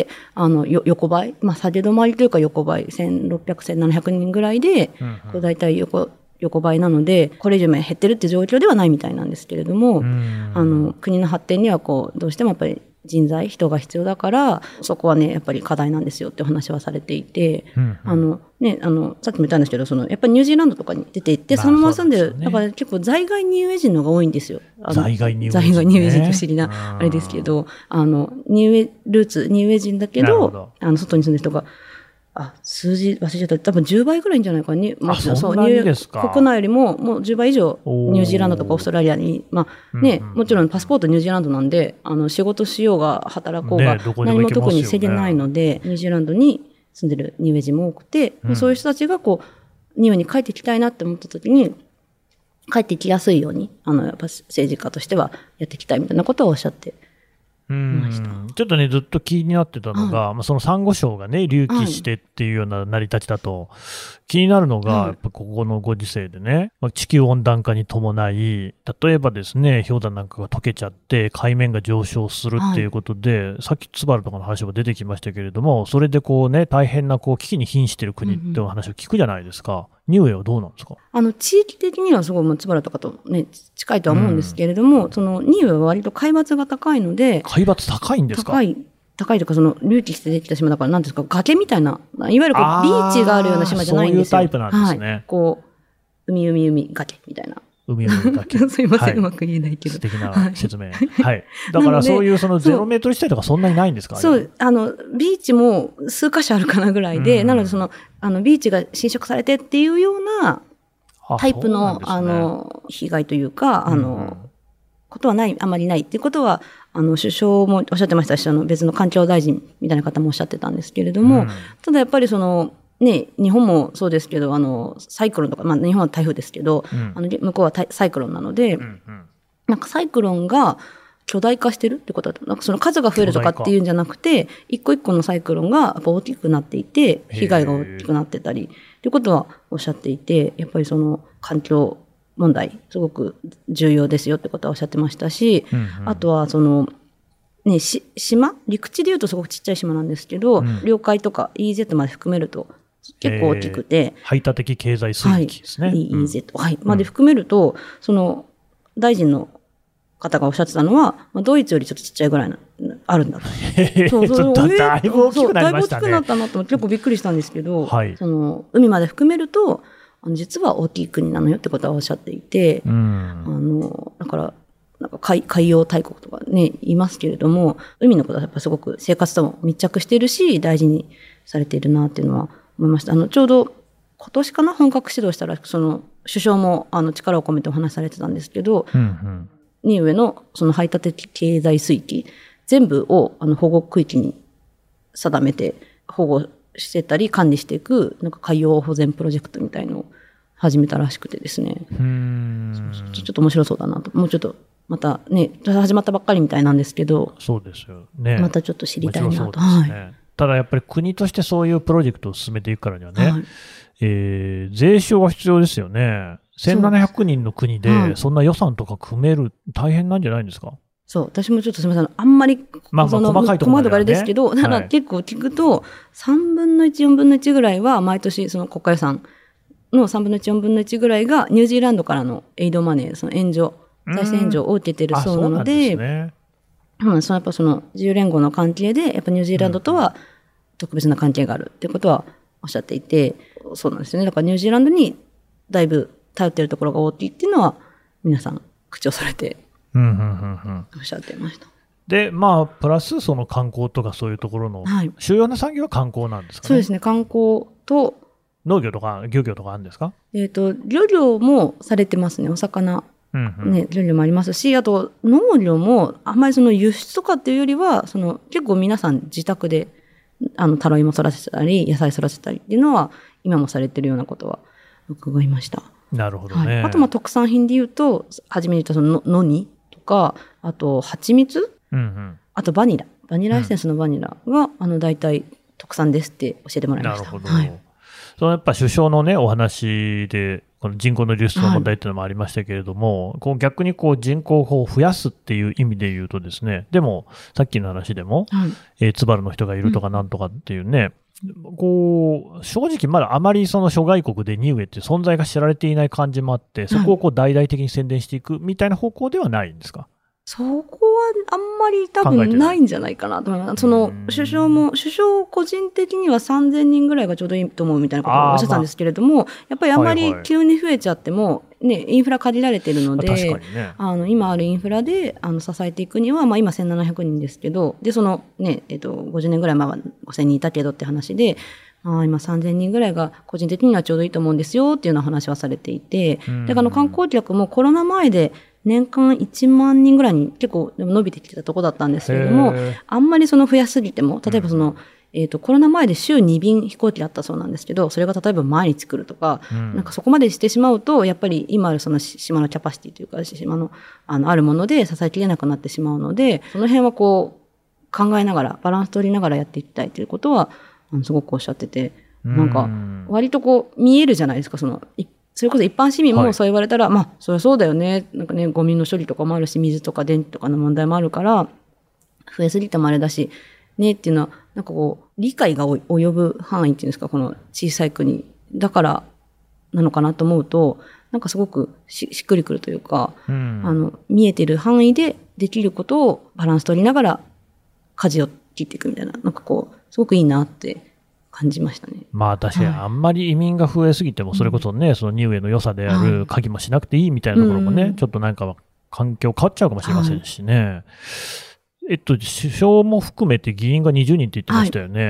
Speaker 4: あの、よ横ばい、まあ、下げ止まりというか横ばい、せんろっぴゃく、せんななひゃくにんぐらいで、うんうん、こう大体横、横ばいなので、これ以上減ってるって状況ではないみたいなんですけれども、あの、国の発展にはこう、どうしてもやっぱり人材、人が必要だから、そこはね、やっぱり課題なんですよってお話はされていて、うんうん、あの、ね、あの、さっきも言ったんですけど、その、やっぱりニュージーランドとかに出て行って、まあ、そのまま住んでる、ね、だから結構在外ニューエ人のが多いんですよ。
Speaker 3: 在外ニューエ
Speaker 4: 人、ね。在外ニューエ人と不思議な、あれですけど、あの、ニューエ、ルーツ、ニューエ人だけど、どあの、外に住んでる人が、あ、数字忘れちゃった。多分じゅうばいぐらいんじゃないかに。
Speaker 3: まあ、そんなにですか。
Speaker 4: 国内よりも、もうじゅうばい以上、ニュージーランドとかオーストラリアに、まあね、うんうん、もちろんパスポートニュージーランドなんで、あの、仕事しようが、働こうが、ね、何も特に制限ないので、ニュージーランドに住んでるニューエ人も多くて、うん、そういう人たちがこう、ニューエに帰ってきたいなって思った時に、帰ってきやすいように、あの、やっぱ政治家としてはやっていきたいみたいなことをおっしゃって、
Speaker 3: うんちょっとね、ずっと気になってたのが、はい、まあ、そのサンゴ礁がね、隆起してっていうような成り立ちだと、はい、気になるのが、やっぱここのご時世でね、まあ、地球温暖化に伴い、例えばですね、氷山なんかが溶けちゃって、海面が上昇するっていうことで、はい、さっきツバルとかの話も出てきましたけれども、それでこうね、大変なこう危機に瀕している国っていう話を聞くじゃないですか。うんうん、ニューエはどうなんですか？
Speaker 4: あの、地域的にはすごい、もうツバルとかとね、近いとは思うんですけれども、うん、その、ニューエは割と海抜が高いので、
Speaker 3: 海抜高いんですか？
Speaker 4: 高い。高いというか、その、隆起してできた島だから、なんですか、崖みたいな、いわゆるこう、ビーチがあるような島じゃないんですよ。
Speaker 3: そういうタイプなんですね。
Speaker 4: はい。こう、海、海、海、崖みたいな。
Speaker 3: 海、海、崖。
Speaker 4: すいません、はい、
Speaker 3: う
Speaker 4: まく言えないけど。
Speaker 3: 素敵な説明。はい。はい、だからそういうそのゼロメートル地帯とかそんなにないんですか？
Speaker 4: そう、あの、ビーチも数箇所あるかなぐらいで、うん、なのでその、あの、ビーチが侵食されてっていうようなタイプの、あ、ね、あの、被害というか、あの、うんことはない、あまりないっていうことはあの首相もおっしゃってましたし、あの別の環境大臣みたいな方もおっしゃってたんですけれども、うん、ただやっぱりそのね、日本もそうですけど、あのサイクロンとか、まあ、日本は台風ですけど、うん、あの向こうはサイクロンなので、うんうん、なんかサイクロンが巨大化してるってことだと、なんかその数が増えるとかっていうんじゃなくて、一個一個のサイクロンがやっぱ大きくなっていて、被害が大きくなってたりということはおっしゃっていて、やっぱりその環境問題すごく重要ですよってことはおっしゃってましたし、うんうん、あとはそのね、し島陸地でいうとすごくちっちゃい島なんですけど、うん、領海とか イーイーゼット まで含めると結構大きくて、
Speaker 3: 排他的経済水域ですね。はい、
Speaker 4: イーイーゼット、はい、まで含めると、その大臣の方がおっしゃってたのは、まあ、ドイツよりちょっとちっちゃいぐらいなあるんだと。
Speaker 3: そうそうそう、だいぶ大きくなりましたね。
Speaker 4: だいぶ大きくなったなと結構びっくりしたんですけど、
Speaker 3: はい、
Speaker 4: その海まで含めると実は大きい国なのよってことはおっしゃっていて、うん、あのだからなんか 海, 海洋大国とかね言いますけれども、海のことはやっぱすごく生活とも密着しているし大事にされているなっていうのは思いました。あのちょうど今年かな本格始動したらその首相もあの力を込めてお話しされてたんですけど、うんうん、ニウエのその排他的経済水域全部をあの保護区域に定めて保護してたり管理していくなんか海洋保全プロジェクトみたいのを始めたらしくてですね、うーんちょっと面白そうだなと、もうちょっとまたね始まったばっかりみたいなんですけど、
Speaker 3: そうですよね、
Speaker 4: またちょっと知りたいなと。
Speaker 3: そうですね、はい、ただやっぱり国としてそういうプロジェクトを進めていくからにはね、はい、えー、税収が必要ですよね。せんななひゃくにんの国でそんな予算とか組める大変なんじゃないんですか。
Speaker 4: そう、私もちょっとすみません、あんまり、
Speaker 3: まあ、まあ細かいところまではね、
Speaker 4: あれですけど、だから結構聞くと、さんぶんのいち、よんぶんのいちぐらいは毎年その国家予算のさんぶんのいち、よんぶんのいちぐらいがニュージーランドからのエイドマネー、その援助、財政援助を受けているそうなので、うん、そうなんですね。うん、そのやっぱその自由連合の関係で、やっぱニュージーランドとは特別な関係があるっていうことはおっしゃっていて、そうなんですよね。だからニュージーランドにだいぶ頼っているところが大きいっていうのは皆さん口をされておっしゃっていました。
Speaker 3: で、まあ、プラスその観光とかそういうところの主要な産業は観光なんですかね。
Speaker 4: そうですね、観光と
Speaker 3: 農業とか漁業とかあるんですか。
Speaker 4: えっと、漁業もされてますね、お魚。うんうん、ね、漁業もありますし、あと農業もあんまりその輸出とかっていうよりは、その結構皆さん自宅であのタロイモ育てたり野菜育てたりっていうのは今もされてるようなことは伺いました。
Speaker 3: なるほどね。
Speaker 4: はい、あとまあ特産品で言うと初めに言ったそののにとか、あと蜂蜜、うんうん、あとバニラバニラエッセンスのバニラが、うん、あの大体特産ですって教えてもらいました。
Speaker 3: なるほど、はい、そのやっぱ首相のねお話でこの人口の流出の問題っていうのもありましたけれども、はい、こう逆にこう人口を増やすっていう意味で言うとですね、でもさっきの話でも、はい、えー、ツバルの人がいるとかなんとかっていうね、うん、こう正直まだあまりその諸外国でニウエっていう存在が知られていない感じもあって、そこをこう大々的に宣伝していくみたいな方向ではないんですか。
Speaker 4: そこはあんまり多分ないんじゃないかなと思います。その首相も、首相個人的にはさんぜんにんぐらいがちょうどいいと思うみたいなことをおっしゃったんですけれども、まあ、やっぱりあんまり急に増えちゃっても、ね、インフラ限られてるので、
Speaker 3: 確かにね、
Speaker 4: あの今あるインフラであの支えていくには、まあ、今せんななひゃくにんですけど、でそのね、えっと、ごじゅうねんぐらい前はごせんにんいたけどって話で、あ今さんぜんにんぐらいが個人的にはちょうどいいと思うんですよっていうような話はされていて、だから観光客もコロナ前で年間いちまんにんぐらいに結構伸びてきてたとこだったんですけれども、あんまりその増やすぎても、例えばその、うん、えっと、コロナ前で週にびん飛行機だったそうなんですけど、それが例えば毎日来るとか、うん、なんかそこまでしてしまうと、やっぱり今あるその島のキャパシティというか、島の、あの、あるもので支えきれなくなってしまうので、その辺はこう、考えながら、バランス取りながらやっていきたいということは、あのすごくおっしゃってて、なんか、割とこう、見えるじゃないですか、その、それこそ一般市民もそう言われたら、はい、まあ、そりゃそうだよね。なんかね、ゴミの処理とかもあるし、水とか電気とかの問題もあるから、増えすぎてもあれだし、ね、っていうのは、なんかこう、理解が及ぶ範囲っていうんですか、この小さい国だからなのかなと思うと、なんかすごく し, しっくりくるというか、うん、あの、見えてる範囲でできることをバランス取りながら、舵を切っていくみたいな、なんかこう、すごくいいなって、感じましたね。
Speaker 3: まあ確かにあんまり移民が増えすぎてもそれこそね、うん、そのニウエの良さである鍵もしなくていいみたいなところもね、うん、ちょっとなんか環境変わっちゃうかもしれませんしね。はい、えっと首相も含めて議員がにじゅうにんって言ってましたよね。はい、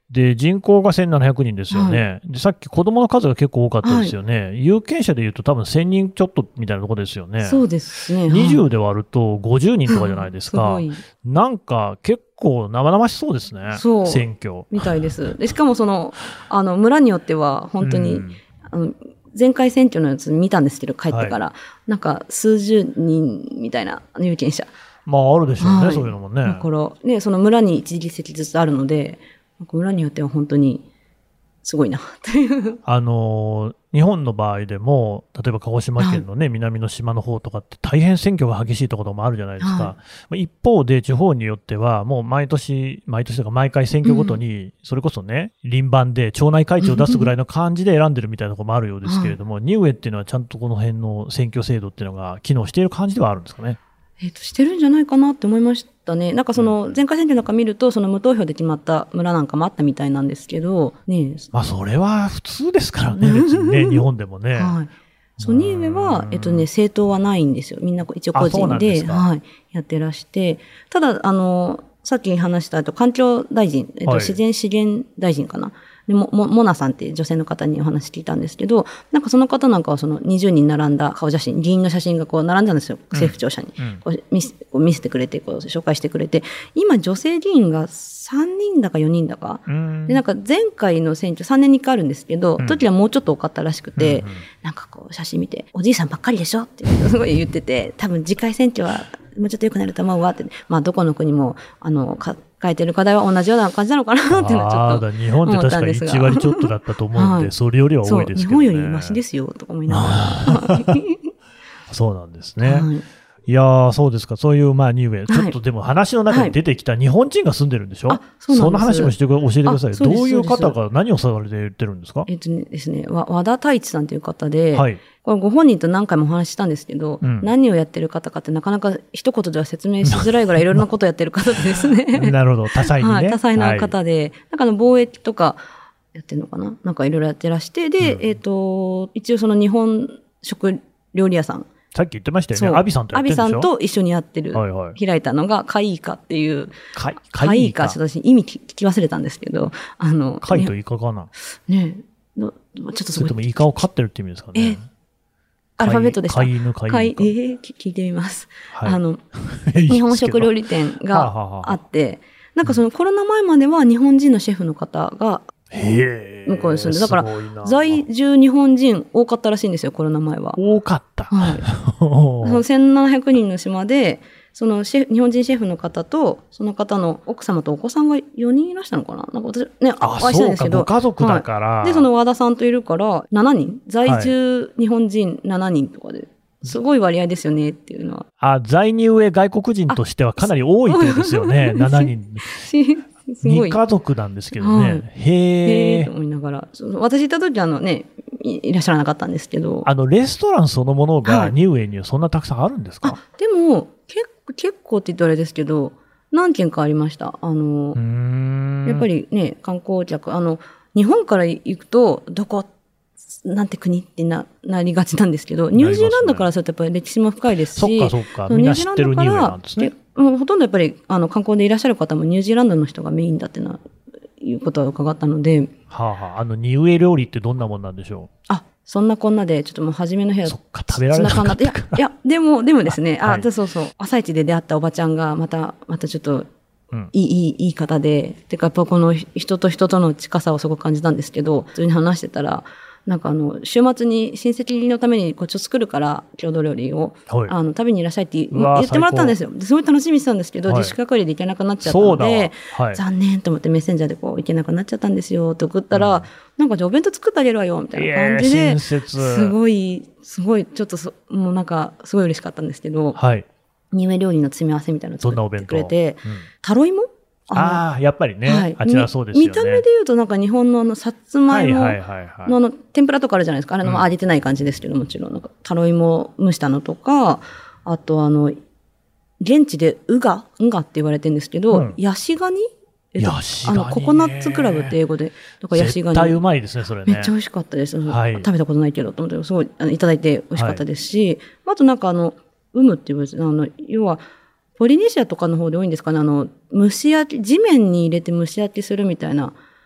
Speaker 3: で、人口がせんななひゃくにんですよね。はい、で、さっき子供の数が結構多かったですよね。はい、有権者でいうと多分せんにんちょっとみたいなところですよね。
Speaker 4: そうですね。
Speaker 3: にじゅうで割るとごじゅうにんとかじゃないですか。すごい。なんか結構生々しそうですね。そう。選挙。
Speaker 4: みたいです。で、しかもその、あの、村によっては本当に、うん、あの、前回選挙のやつ見たんですけど、帰ってから、はい、なんか数十人みたいな有権者。
Speaker 3: まあ、あるでしょうね、はい、そういうのもね。
Speaker 4: だから、ね、その村にいち議席ずつあるので、村によっては本当にすごいなっていう。
Speaker 3: あの、日本の場合でも、例えば鹿児島県のね、はい、南の島の方とかって大変選挙が激しいところもあるじゃないですか。はい、一方で地方によっては、もう毎年、毎年とか毎回選挙ごとに、それこそね、輪番で町内会長を出すぐらいの感じで選んでるみたいなところもあるようですけれども、はい、ニウエっていうのはちゃんとこの辺の選挙制度っていうのが機能している感じではあるんですかね。
Speaker 4: えっと、してるんじゃないかなって思いましたね。なんかその、前回選挙なんか見ると、その無投票で決まった村なんかもあったみたいなんですけど、ね。
Speaker 3: まあ、それは普通ですからね、別にね、日本でもね。はい。
Speaker 4: そう、ニウエは、えっとね、政党はないんですよ。みんな一応個人で、はい、やってらして、ただ、あの、さっき話したと環境大臣、えっと、自然資源大臣かな。でも、も、モナさんっていう女性の方にお話聞いたんですけど、なんかその方なんかはそのにじゅうにん並んだ顔写真、議員の写真がこう並んだんですよ、政府庁舎に。うん、こう見せ、こう見せてくれて、こう紹介してくれて、今女性議員がさんにんだかよにんだか、うん、で、なんか前回の選挙さんねんにいっかいあるんですけど、うん、時はもうちょっと多かったらしくて、うんうん、なんかこう写真見て、おじいさんばっかりでしょってすごい言ってて、多分次回選挙はもうちょっと良くなると思うわって、まあどこの国も、あの、か、書いてる課題は同じような感じなのかなっていうのはちょっと思ったんですが。
Speaker 3: 日本って確かにいちわりちょっとだったと思うんで、はい、それよりは多いですけどね。
Speaker 4: そう、日本よりマシですよとか思いながら。
Speaker 3: そうなんですね。はい、いやー、そうですか。そういう、まあ、ニウエ、ちょっとでも話の中に出てきた日本人が住んでるんでしょ、はい、そ, その話もして教えてください。どういう方が何をされて言ってるんですか？
Speaker 4: えっとですね、和田太一さんという方で、はい、これご本人と何回もお話ししたんですけど、うん、何をやってる方かってなかなか一言では説明しづらいぐらいいろいろなことをやってる方ですね。
Speaker 3: なるほど、多彩にね。はい、
Speaker 4: 多彩な方で、はい、なんかの貿易とかやってるのかな、なんかいろいろやってらして、で、うん、えっと、一応その日本食料理屋さん、
Speaker 3: さっき言ってましたよね。アビさんとやってるんでしょ？
Speaker 4: アビさんと一緒にやってる、はいはい、開いたのがカイイカっていう。
Speaker 3: カイ
Speaker 4: カイイカ、ちょっと私意味聞き忘れたんですけど、あの。
Speaker 3: カイとイカかな。
Speaker 4: ねえ、ちょっとすごい。
Speaker 3: それともイカを飼ってるって意味ですかね。
Speaker 4: え、アルファベットでした。
Speaker 3: カイ犬、カイ犬。
Speaker 4: えー、聞いてみます。はい、あの、日本食料理店があって、なんかそのコロナ前までは日本人のシェフの方が、
Speaker 3: へ
Speaker 4: 向こうに住んで、だから在住日本人多かったらしいんですよ、コロナ前は。
Speaker 3: 多かった。
Speaker 4: はい。そのせんななひゃくにんの島で、そのシェフ日本人シェフの方と、その方の奥様とお子さんがよにんいらしたのかな、なんか私ね、
Speaker 3: あ、あそうか、ご家族だから、
Speaker 4: はい。で、その和田さんといるからしちにん、在住日本人しちにんとかで。すごい割合ですよねっていうのは。
Speaker 3: あ、在入上外国人としてはかなり多いというですよね、しちにん。すごい。に家族なんですけどね。はい、へ
Speaker 4: ー。と思いながら。私行った時はあのね、いらっしゃらなかったんですけど。
Speaker 3: あの、レストランそのものがニウエにはそんなたくさんあるんですか？はい、
Speaker 4: あ、でも、結構、結構って言ったらあれですけど、何件かありました。あの、うーんやっぱりね、観光客、あの、日本から行くと、どこ、なんて国ってな、なりがちなんですけど、ニュージーランドからするとやっぱり歴史も深いですし、
Speaker 3: そっかそっか、みんな知ってるニウエなんですね。
Speaker 4: もうほとんどやっぱりあの観光でいらっしゃる方もニュージーランドの人がメインだってないうことは伺ったので、
Speaker 3: はあはあ、あのニウエ料理ってどんなもんなんでしょう？
Speaker 4: あ、そんなこんなでちょっともう初めの部屋
Speaker 3: そっか食べられなかったか。
Speaker 4: いやいやでもでもですね、あ、はい、そうそう朝一で出会ったおばちゃんがまたまたちょっといい、うん、いいいい方で、てかやっぱこの人と人との近さをすごく感じたんですけど、普通に話してたら。なんかあの週末に親戚のためにこっちを作るから郷土料理を、はい、あの食べにいらっしゃいって言ってもらったんですよ。すごい楽しみにしてたんですけど、はい、自粛隔離で行けなくなっちゃったので、はい、残念と思ってメッセンジャーでこう行けなくなっちゃったんですよと送ったら、うん、なんかじゃあお弁当作ってあげるわよみたいな感じで、すごいすごいちょっとそもうなんかすごい嬉しかったんですけど、はい、ニウエ料理の詰め合わせみたいなのを作ってくれて、うん、タロイモ
Speaker 3: ああ、やっぱりね、はい、あちらそうですよね。
Speaker 4: 見た目で言うとなんか日本のあのさつまいものあの天ぷらとかあるじゃないですか。あれの揚げてない感じですけど、もちろんなんかタロイモ蒸したのとか、あとあの現地でウガウガって言われてるんですけど、うん、ヤシガニ、えっと、
Speaker 3: ヤシガニね、
Speaker 4: あのココナッツクラブって英語で、だからヤシガニ。
Speaker 3: 絶対うまいですねそれね。
Speaker 4: めっちゃ美味しかったです。はい、食べたことないけどと思ってすごいあのいただいて美味しかったですし、はい、あとなんかあのウムっていうあの要はポリネシアとかの方で多いんですかね、あの蒸し焼き地面に入れて蒸し焼きするみたいな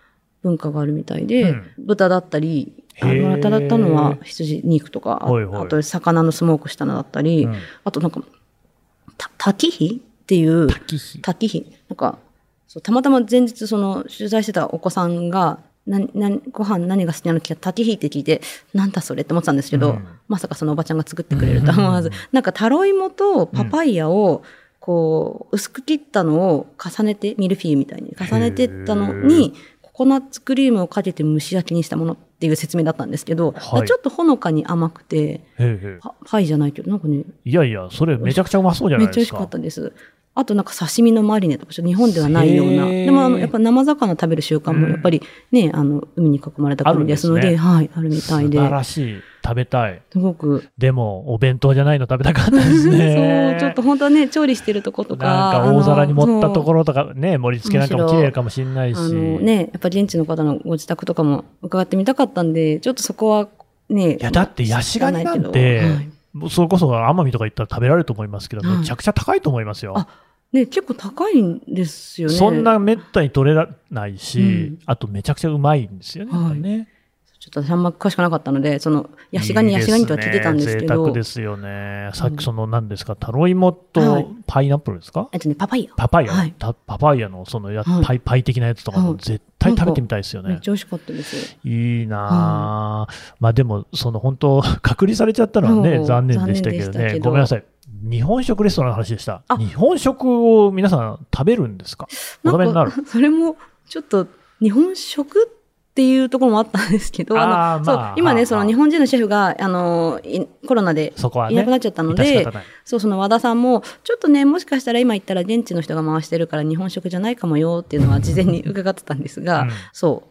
Speaker 4: 文化があるみたいで、
Speaker 3: うん、
Speaker 4: 豚だったり、あの、もらったったのは羊肉とか、
Speaker 3: ほいほい、
Speaker 4: あと魚のスモークしたのだったり、うん、あとなんか、た、炊き火っていう、
Speaker 3: 炊き火
Speaker 4: 炊き火。なんか、そう、たまたま前日その取材してたお子さんが、な、な、ご飯何が好きなのか炊き火って聞いて、なんだそれって思ってたんですけど、うん、まさかそのおばちゃんが作ってくれるとは思わず、うん、なんかタロイモとパパイヤを、こう、薄く切ったのを重ねて、ミルフィーユみたいに重ねてったのに、ココナッツクリームをかけて蒸し焼きにしたものっていう説明だったんですけど、はい、ちょっとほのかに甘くて、へへパ、パイじゃないけど、なんかね。
Speaker 3: いやいや、それめちゃくちゃうまそうじゃないですか。
Speaker 4: めっちゃ美味しかったです。あとなんか刺身のマリネとか、日本ではないような。でもあの、やっぱ生魚食べる習慣もやっぱりね、うん、あの、海に囲まれた国ですので、でね、はい、あるみたいで。
Speaker 3: 素晴らしい。食べたい。
Speaker 4: すごく。
Speaker 3: でも、お弁当じゃないの食べたかったですね。
Speaker 4: そう、ちょっと本当はね、調理してるとことか。
Speaker 3: なんか大皿に盛ったところとかね、盛り付けなんかも綺麗かもしれないし。あの
Speaker 4: ね、やっぱ現地の方のご自宅とかも伺ってみたかったんで、ちょっとそこはね。
Speaker 3: いや、だってヤシガニなんて、はい、それこそ奄美とか行ったら食べられると思いますけど、はい、めちゃくちゃ高いと思いますよ。
Speaker 4: あね、結構高いんですよね。
Speaker 3: そんなめったに取れないし、うん、あとめちゃくちゃうまいんですよね。はい、ね
Speaker 4: ちょっと私あんま詳しくなかったので、その、ヤシガニ、ヤシガニとは聞いてたんですけど。
Speaker 3: 贅沢ですよね。さっきその何ですか、タロイモとパイナップルですか、はい、
Speaker 4: えっとね、パパイヤ。
Speaker 3: パパイヤ。
Speaker 4: はい、
Speaker 3: パパイヤのそのや、はい、パイ、パイ的なやつとかも絶対食べてみたいですよね。
Speaker 4: めっちゃ美味しかったですよ。
Speaker 3: いいなぁ、はい。まあでも、その本当、隔離されちゃったのはね、残念でしたけどね。ごめんなさい。日本食レストランの話でした。日本食を皆さん食べるんですか？お食べになる？
Speaker 4: それも、ちょっと、日本食っていうところもあったんですけど、あの、そう、今ね、その日本人のシェフが、あの、コロナでいなくなっちゃったので、そう、その和田さんも、ちょっとね、もしかしたら今言ったら現地の人が回してるから日本食じゃないかもよっていうのは事前に伺ってたんですが、そう。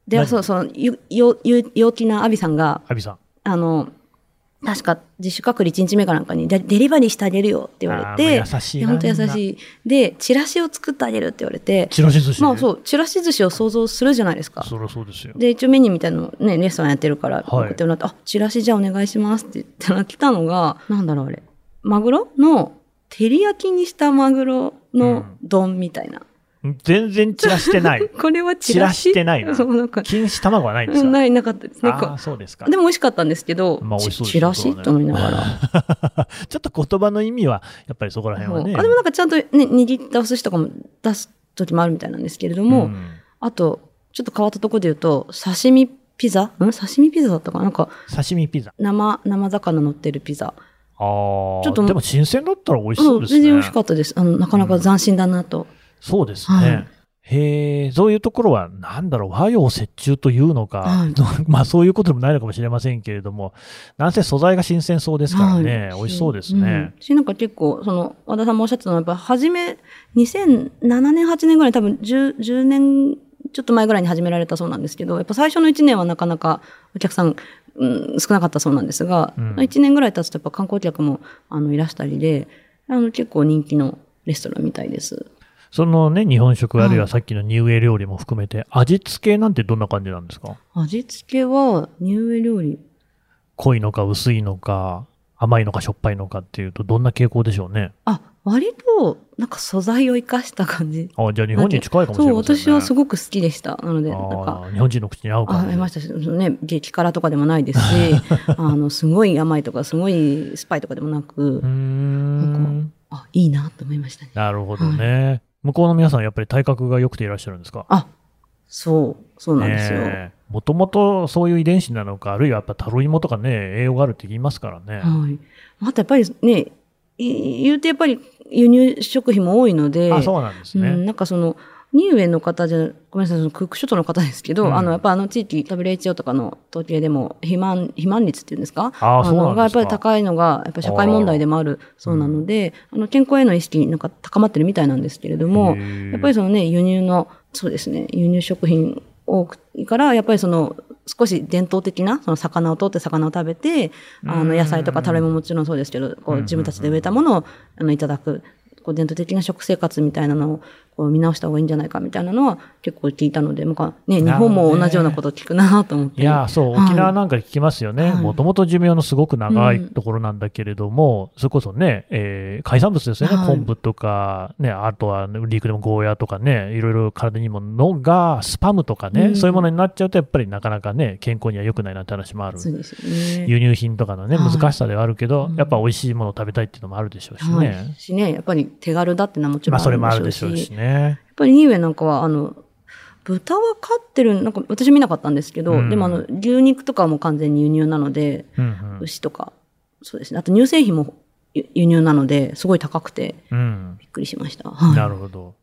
Speaker 4: で、そう、その、よ、よ、陽気なアビさんが、
Speaker 3: アビさん。
Speaker 4: あの、確か自主隔離いちにちめかなんかにデリバリーしてあげるよって言われて、
Speaker 3: 優しいな。
Speaker 4: 本当優しい。で、チラシを作ってあげるって言われて、
Speaker 3: チラシ寿司、
Speaker 4: まあそう、チラシ寿司を想像するじゃないですか。
Speaker 3: そりゃそうですよ。
Speaker 4: で、一応メニューみたいなのね、レストランやってるから送ってもらって、はい、あ、チラシじゃあお願いしますって言ったら来たのが、なんだろうあれ、マグロの照り焼きにしたマグロの丼みたいな。うん
Speaker 3: 全然散らしてない。
Speaker 4: これは散らし
Speaker 3: 散らしてないな。錦糸卵はないんですか？
Speaker 4: ない、なかったですね。
Speaker 3: ああ、そうですか。
Speaker 4: でも美味しかったんですけど、
Speaker 3: まあ美味しそうです。
Speaker 4: 散らしと思いながら。
Speaker 3: ちょっと言葉の意味は、やっぱりそこら辺はね。
Speaker 4: あ、でもなんかちゃんとね、握ったお寿司とかも出す時もあるみたいなんですけれども、うん、あと、ちょっと変わったところで言うと、刺身ピザん刺身ピザだったかななんか。
Speaker 3: 刺身ピザ。
Speaker 4: 生、生魚乗ってるピザ。
Speaker 3: ああ。ちょっと。でも新鮮だったら美味しそうですね。
Speaker 4: 全然美味しかったです。あの、なかなか斬新だなと。うん、
Speaker 3: そうですね。はいへえ、そういうところは、なんだろう、和洋折衷というのか、はい、まあそういうことでもないのかもしれませんけれども、なんせ素材が新鮮そうですからね、はい、美味しそうですね。うん、
Speaker 4: 私なんか結構、その、和田さんもおっしゃってたのは、やっぱ初め、にせんななねん、はちねんぐらい、多分じゅう、じゅうねんちょっと前ぐらいに始められたそうなんですけど、やっぱ最初のいちねんはなかなかお客さん、うん、少なかったそうなんですが、うん、いちねんぐらい経つとやっぱ観光客もあのいらしたりで、あの結構人気のレストランみたいです。
Speaker 3: そのね、日本食あるいはさっきのニューエ料理も含めて、味付けなんてどんな感じなんですか？
Speaker 4: 味付けは、ニューエ料理。
Speaker 3: 濃いのか薄いのか、甘いのかしょっぱいのかっていうと、どんな傾向でしょうね。
Speaker 4: あ、割と、なんか素材を生かした感じ。
Speaker 3: あ、じゃあ日本に近いかもしれませんね。
Speaker 4: そう、私はすごく好きでした。なので、なんか。
Speaker 3: 日本人の口に合う感じ。
Speaker 4: あ、合いましたし、ね、激辛とかでもないですし、あの、すごい甘いとか、すごいスパイとかでもなく、
Speaker 3: うーん
Speaker 4: なんか、あ、いいなと思いましたね。
Speaker 3: なるほどね。はい向こうの皆さんやっぱり体格が良くていらっしゃるんですか？
Speaker 4: あ、そう、そうなんですよ。
Speaker 3: もともとそういう遺伝子なのか、あるいはやっぱタロイモとかね、栄養があるって言いますからね。
Speaker 4: はい。あとやっぱりね、言うてやっぱり輸入食品も多いので、
Speaker 3: あ、そうなんですね。
Speaker 4: うん、なんかその、ニウエの方じゃ、ごめんなさい、そのクック諸島の方ですけど、うん、あの、やっぱあの地域、ダブリューエイチオー とかの統計でも、肥満、肥満率っていうんですか？
Speaker 3: ああ、そうなんですか。
Speaker 4: がやっぱり高いのが、やっぱり社会問題でもあるそうなので、あの、健康への意識、なんか高まってるみたいなんですけれども、やっぱりそのね、輸入の、そうですね、輸入食品多くから、やっぱりその、少し伝統的な、その魚を取って魚を食べて、あの、野菜とかタレももちろんそうですけど、こう、自分たちで植えたものを、あの、いただく。こう伝統的な食生活みたいなのをこう見直した方がいいんじゃないかみたいなのは結構聞いたので、なんかね、日本も同じようなこと聞くなと思って。
Speaker 3: いや、そう、沖縄なんか聞きますよね。もともと寿命のすごく長いところなんだけれども、うん、それこそね、えー、海産物ですよね、はい、昆布とか、ね、あとは陸でもゴーヤとかね、いろいろ体にものが、スパムとかね、うん、そういうものになっちゃうと、やっぱりなかなかね、健康には良くないなって話もある。
Speaker 4: そうですよね。
Speaker 3: 輸入品とかのね、難しさではあるけど、はい、やっぱ美味しいものを食べたいっていうのもあるでしょうしね。はい、
Speaker 4: しね、やっぱり手軽だってのはもちろんあるでしょうし。まあ、それもあるでしょうしね。やっぱりニーウェイなんかは、あの、豚は飼ってる、なんか私見なかったんですけど、うん、でもあの、牛肉とかはもう完全に輸入なので、うんうん、牛とか、そうですね。あと乳製品も輸入なので、すごい高くて、うん、びっくりしました。はい、
Speaker 3: なるほど。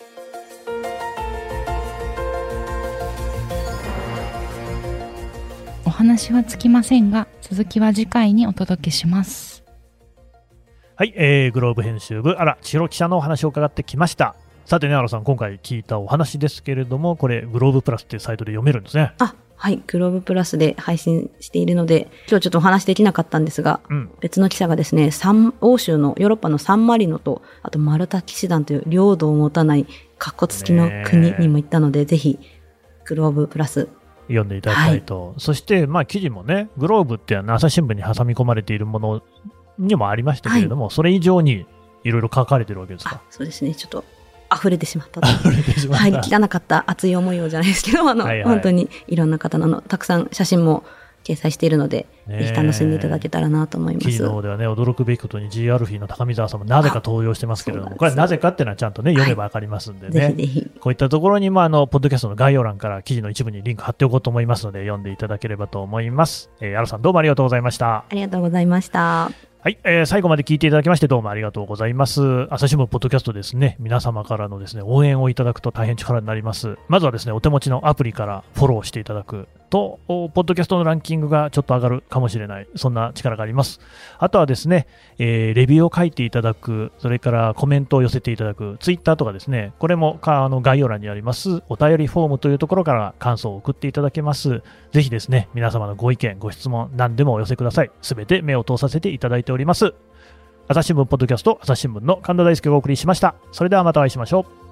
Speaker 2: お話はつきませんが、続きは次回にお届けします。
Speaker 3: はい、えー、グローブ編集部、あら、千尋記者のお話を伺ってきました。さてね、原さん、今回聞いたお話ですけれども、これ、グローブプラスっていうサイトで読めるんですね。
Speaker 4: あ、はい、グローブプラスで配信しているので、今日ちょっとお話できなかったんですが、うん、別の記者がですね、サン欧州のヨーロッパのサンマリノと、あとマルタ騎士団という領土を持たないカッコ付きの国にも行ったので、ぜひ、グローブプラス、
Speaker 3: 読んでいただきたいと。はい、そして、まあ、記事もね、グローブって朝日新聞に挟み込まれているものにもありましたけれども、はい、それ以上にいろいろ書かれてるわけですか？
Speaker 4: そうですね、ちょっと溢れてしまった溢れてしまった、はい、汚かった熱い思いをじゃないですけど、あの、はいはい、本当にいろんな方ののたくさん写真も掲載しているので、ぜひ楽しんでいただけたらなと思います。
Speaker 3: 記事の方ではね、驚くべきことに G アルフィーの高見沢さんもなぜか登場してますけれども、これはなぜかっていうのはちゃんとね、読めばわかりますんでね、はい、ぜひぜひこういったところにもあのポッドキャストの概要欄から記事の一部にリンク貼っておこうと思いますので、読んでいただければと思います。えー、アラさんどうもありがとうございました。
Speaker 4: ありがとうございました。
Speaker 3: はい、えー、最後まで聞いていただきましてどうもありがとうございます。朝日新聞ポッドキャストですね、皆様からのですね、応援をいただくと大変力になります。まずはですね、お手持ちのアプリからフォローしていただくと、ポッドキャストのランキングがちょっと上がるかもしれない、そんな力があります。あとはですね、えー、レビューを書いていただく、それからコメントを寄せていただく、ツイッターとかですね、これもかあの概要欄にありますお便りフォームというところから感想を送っていただけます。ぜひですね、皆様のご意見、ご質問、何でもお寄せください。すべて目を通させていただいております。朝日新聞ポッドキャスト、朝日新聞の神田大輔がお送りしました。それではまたお会いしましょう。